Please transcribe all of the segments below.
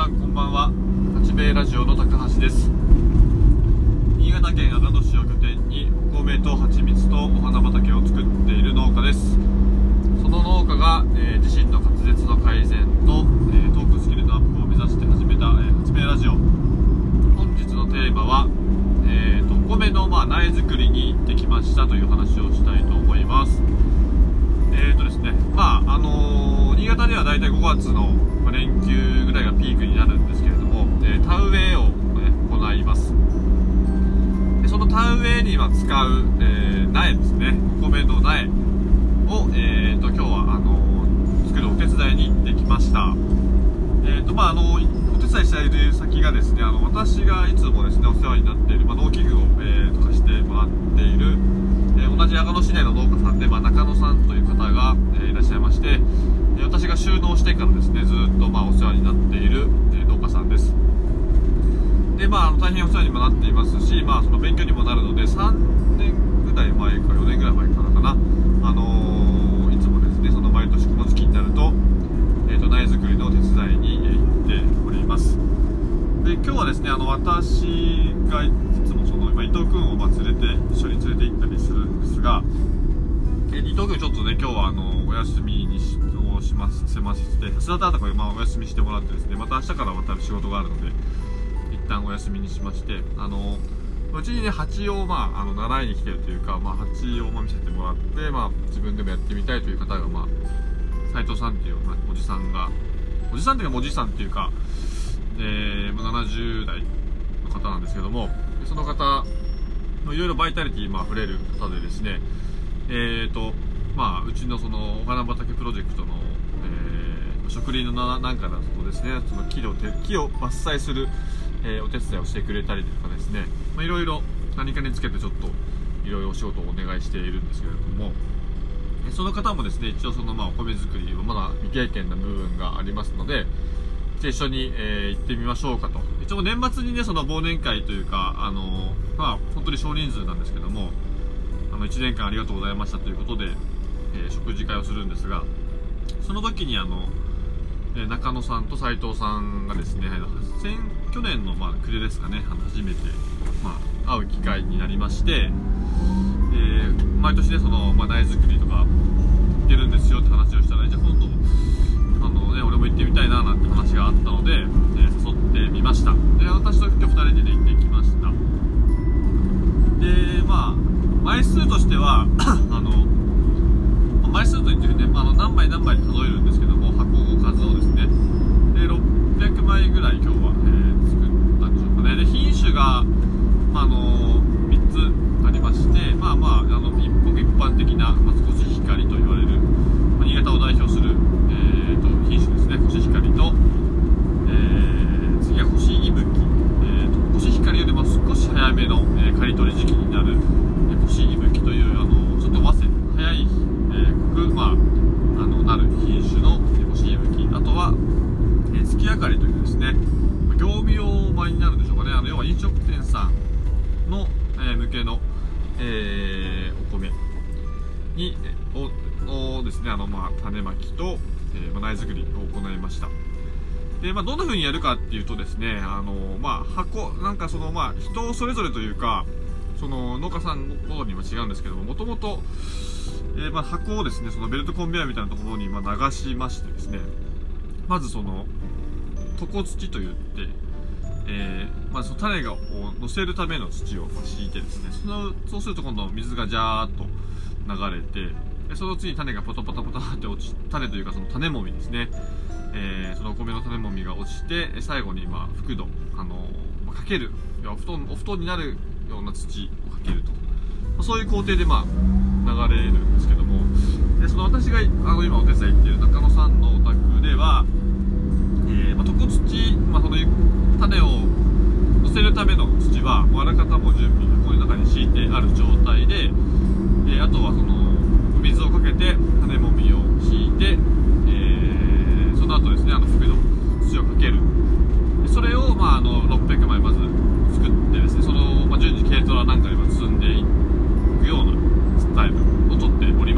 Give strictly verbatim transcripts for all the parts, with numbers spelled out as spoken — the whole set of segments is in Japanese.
さんこんばんは。八兵衛ラジオの高橋です。新潟県阿賀野市を拠点にお米と蜂蜜とお花畑を作っている農家です。その農家が、えー、自身の滑舌の改善と、えー、トークスキルのアップを目指して始めた、えー、八兵衛ラジオ。本日のテーマは、えー、とお米の、まあ、苗作りに行ってきましたという話をしたいと思います。えーとですね、まああのー、新潟ではだいたいごがつの連休ぐらいがピークになるんですけれども、えー、田植えを、ね、行います。でその田植えには使う、えー、苗ですね、お米の苗を、えー、と今日はあのー、作るお手伝いに行ってきました。えーとまああのー、お手伝いしている先がですね、あの私がいつもですねお世話になっている、まあ、農機具を、えー、と貸してもらっている、えー、同じ阿賀野市内の農家さんで、まあ、中野さんという方が、えー、いらっしゃいまして、えー、私が就農してからですねずっと、まあ、お世話になっている、えー、農家さんです。でまあ、あの大変お世話にもなっていますし、まあ、その勉強にもなるのでさんねんぐらい前かよねんぐらい前からかな、あのー、いつもですねその毎年この時期になると、えー、と苗作りのお手伝いに行っております。で今日はですねあの私がいつもその今伊藤君をまあ連れて一緒に連れて行ったりするんですが、え伊藤君ちょっとね今日はあのお休みにしをしますせましてさすがだとかまあお休みしてもらってですね、また明日からまた仕事があるので一旦お休みにしまして、あのうちにね蜂をまああの習いに来てるというか、まあ、蜂をまあ見せてもらって、まあ、自分でもやってみたいという方がまあ斉藤さんっていう、まあ、おじさんがおじさんっていうかおじさんっていうかえー、ななじゅうだいの方なんですけども、その方いろいろバイタリティ、まあ、溢れる方でですね、えーとまあ、うちのそのお花畑プロジェクトの、えー、植林のななんかだとですねその木を木を伐採する、えー、お手伝いをしてくれたりとかですね、まあ、いろいろ何かにつけてちょっといろいろお仕事をお願いしているんですけれども、その方もですね一応その、まあ、お米作りはまだ未経験な部分がありますので、一緒に、えー、行ってみましょうかと。一応年末にねその忘年会というか、あのー、まあ本当に少人数なんですけども、あのいちねんかんありがとうございましたということで、えー、食事会をするんですが、その時にあの、えー、中野さんと斉藤さんがですね先去年のまあ暮れですかね、あの初めて、まあ、会う機会になりまして、えー、毎年ねその、まあ、苗作りとか行ってるんですよって話をしたら、じゃあ今度あのね、俺も行ってみたいななんて話があったので、えー、誘ってみました。で私と今日ふたりでね行ってきました。でまあ枚数としてはあの枚数といってね、まあ、あの何枚何枚数えるんですけども、箱の数をですねでろっぴゃくまいぐらい今日は、えー、作ったんでしょうかね。で品種が、まあ、あのみっつありまして、まあまああの一般的な、まあ、コシヒカリと言われる、まあ、新潟を代表する品種ですね。コシヒカリと、えー、次はコシイブキ、えーと、コシヒカリよりも少し早めの、えー、刈り取り時期になる、えー、コシイブキというあのちょっと早生早い、えー、濃く、まあ、あのなる品種の、えー、コシイブキ、あとは、えー、月明かりというですね業務用米になるんでしょうかね。あの要は飲食店さんの、えー、向けの、えー、お米にををですねあの、まあ、種まきとえー、苗作りを行いました。で、まあ、どんな風にやるかっていうとですね、あのー、まあ、箱、なんかその、まあ、人それぞれというか、その農家さんごとにも違うんですけども、もともと、えー、まあ、箱をですね、そのベルトコンベヤーみたいなところにまあ流しましてですね、まずその、床土といって、えー、まあ、その種を乗せるための土を敷いてですね、その、そうすると今度水がジャーっと流れて、その次に種がポタポタポタって落ち、種というかその種もみですね、えー、そのお米の種もみが落ちて、最後にまあ覆土、あのー、かける、お布団、お布団になるような土をかけると、そういう工程でまあ流れるんですけども、でその私があの今お手伝い行っている中野さんのお宅では、えーまあ、床土、まあ、その種を乗せるための土はもうあらかたも準備この中に敷いてある状態で、えー、あとはその水をかけて種もみを敷いて、えー、その後ですねあの覆土土をかける。でそれを、まあ、あのろっぴゃくまいまず作ってですね、その、まあ、順次軽トラなんかに積んでいくようなスタイルをとっております。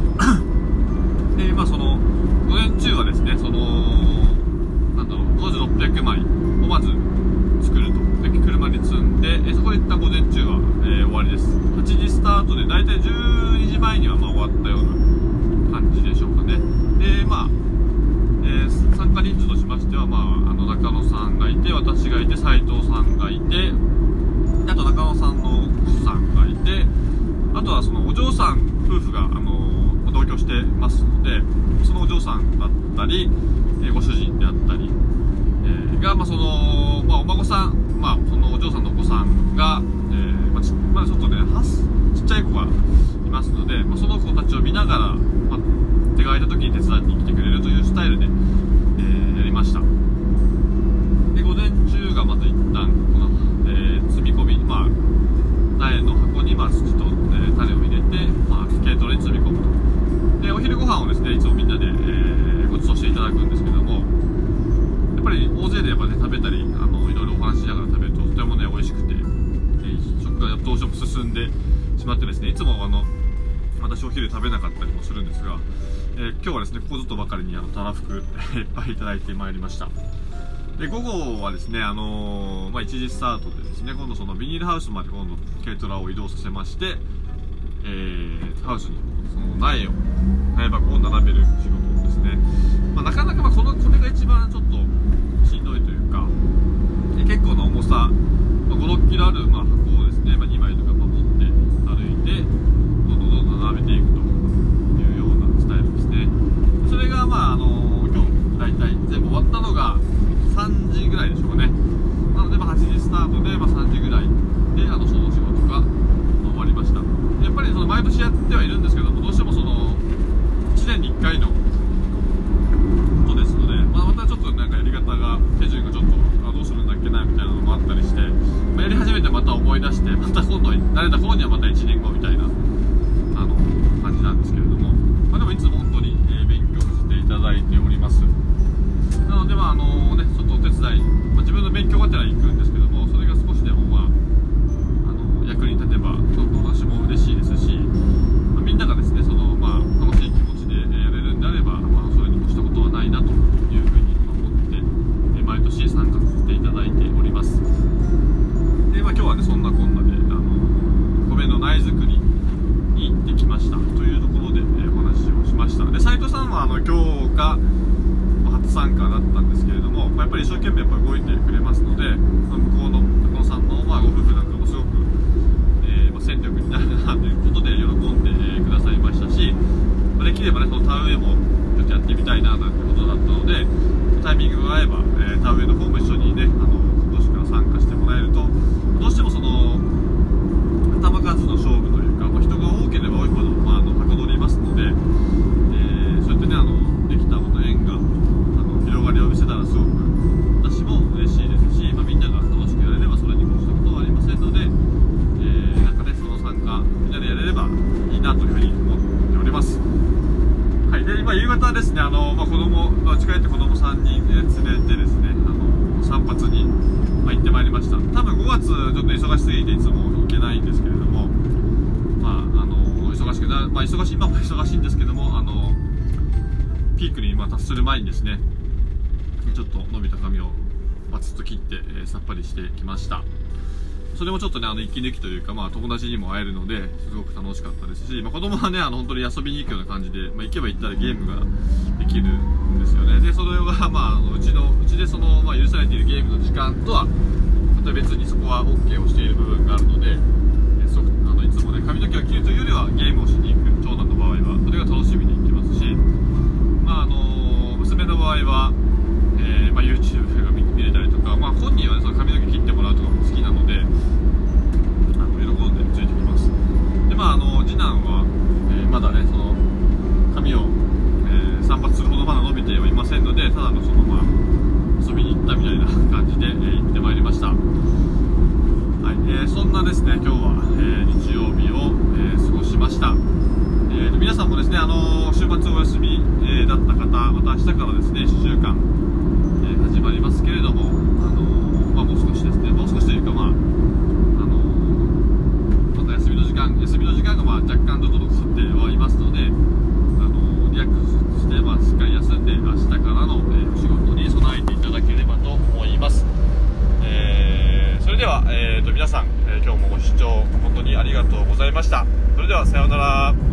でまあその午前中はですねそのなんだろう当時ろっぴゃくがいて、斉藤さんがいて、あと中野さんの奥さんがいて、あとはそのお嬢さん夫婦が、あのー、同居してますので、そのお嬢さんだったり、えー、ご主人であったり、えー、が、まあそのまあ、お孫さん、まあ、そのお嬢さんのお子さんが、えーまあちまだちょっとねちっちゃい子がいますので、まあ、その子たちを見ながら、まあ、手が空いた時に手伝いに来てくれるというスタイルで、えー、やりました。で午前中がまず一旦この、えー、積み込み、まあ、苗の箱にまあ土と、えー、種を入れて、まあ、軽トラに積み込むと。でお昼ご飯をですねいつもみんなで、えー、ご馳走していただくんですけども、やっぱり大勢でやっぱ、ね、食べたりあのいろいろお話ししながら食べるととてもね美味しくて、えー、食がどうしても進んでしまってですね、いつもあの私お昼食べなかったりもするんですが、えー、今日はですねここぞとばかりにあのたらふくいっぱいいただいてまいりました。で午後はですね、あのーまあ、いちじスタートでですね、今度そのビニールハウスまで今度軽トラを移動させまして、えー、ハウスにその苗を苗箱を並べる仕事ですね。まあ、なかなかまあこのこれが一番ちょっとしんどいというか、え結構な重さ、まあ、ご、ろっキロあるまあ箱をですね、まあ、にまいとか持って歩いてどんどんどんどん並べていくというようなスタイルですね。それがまああのー、今日大体全部終わったのがさんじぐらいでしょうかね。なのでまあはちじスタートでまあさんじぐらいであのその仕事が終わりました。やっぱりその毎年やってはいるんですけども、どうしてもそのいちねんにいっかいのことですので、まあ、またちょっとなんかやり方が手順がちょっとあどうするんだっけなみたいなのもあったりして、まあ、やり始めてまた思い出してまた今度慣れた頃にはまたいちねんごみたいなあの感じなんですけれども、まあ、でもいつも本当に、えー、勉強させていただいております。なのでまああのねちょっとお手伝い、まあ、自分の勉強がてら行くんですけども、それが少しでもまああの役に立てばちょっと私も嬉しいですし、まあ、みんながですねそのまあ楽しい気持ちでやれるんであれば、まあ、それに越したことはないなというふうに思ってえ毎年参加させていただいております。で、まあ、今日はねそんなこんなであの米の苗作りに行ってきましたというところで、えお話をしました。で斉藤さんはあの今日が初参加だったんですけれども、まあ、やっぱり一生懸命やっぱ動いてくれますので、まあ、向こうの中野さんのまあご夫婦なんかもすごく、えーまあ、戦力になるなということで喜んで、えー、くださいましたし、まあ、できればねその田植えもちょっとやってみたいななんてことだったので、タイミングが合えば、えー、田植えの方も一緒にねあの今年から参加してもらえると、どうしてもその頭数の勝負というか、まあ、人が多ければ多いほど、まあ、あのはかどりますので、えー、そうやってねあのできたこの縁が広がりを見せたらすごく私も嬉しいですし、まあ、みんなが楽しくやれればそれに越したことはありませんので、えー、なんかねその参加みんなでやれればいいなというふうに思っております。はい、で今夕方ですね、あの、まあ、子供、まあ、近いって子供さんにん、えー、連れてですねあの散髪に、まあ、行ってまいりました。多分ごがつちょっと忙しすぎていつも行けないんですけれども、まああの忙しくな、まあ、忙しい今も忙しいんですけども、あのピークにまあ達する前にですねちょっと伸びた髪をバツッと切って、えー、さっぱりしてきました。それもちょっとねあの息抜きというか、まあ、友達にも会えるのですごく楽しかったですし、まあ、子供はねあの本当に遊びに行くような感じで、まあ、行けば行ったらゲームができるんですよね。でそれが、まあ、うちのうちでその、まあ、許されているゲームの時間とはまた別にそこは オーケー をしている部分があるので、えー、そあのいつもね髪の毛を切るというよりはゲームをしに行く長男の場合はそれが楽しみに行きますし、まああの娘の場合はえーまあ、YouTube が 見, 見れたりとか、まあ、本人は、ね、その髪の毛切ってもらうとかも好きなのであの喜んでついてきます。で、まあ、あの次男は、えー、まだねその髪を、えー、散髪するほどまだ伸びてはいませんので、ただのその、まあ、遊びに行ったみたいな感じで、えー、行ってまいりました。はい、えー、そんなですね今日は、えー、日曜日を、えー、過ごしました。えー、皆さんもですね、あのー、週末お休み、えー、だった方、また明日からですねいっしゅうかん、えー、始まりますけれども、あのーまあ、もう少しですね、もう少しというか、まああのー、また休みの時間、休みの時間がまあ若干どこどこってはいますので、あのー、リラックスして、まあ、しっかり休んで、明日からの、えー、お仕事に備えていただければと思います。えー、それでは、えーと、皆さん、えー、今日もご視聴誠にありがとうございました。それではさようなら。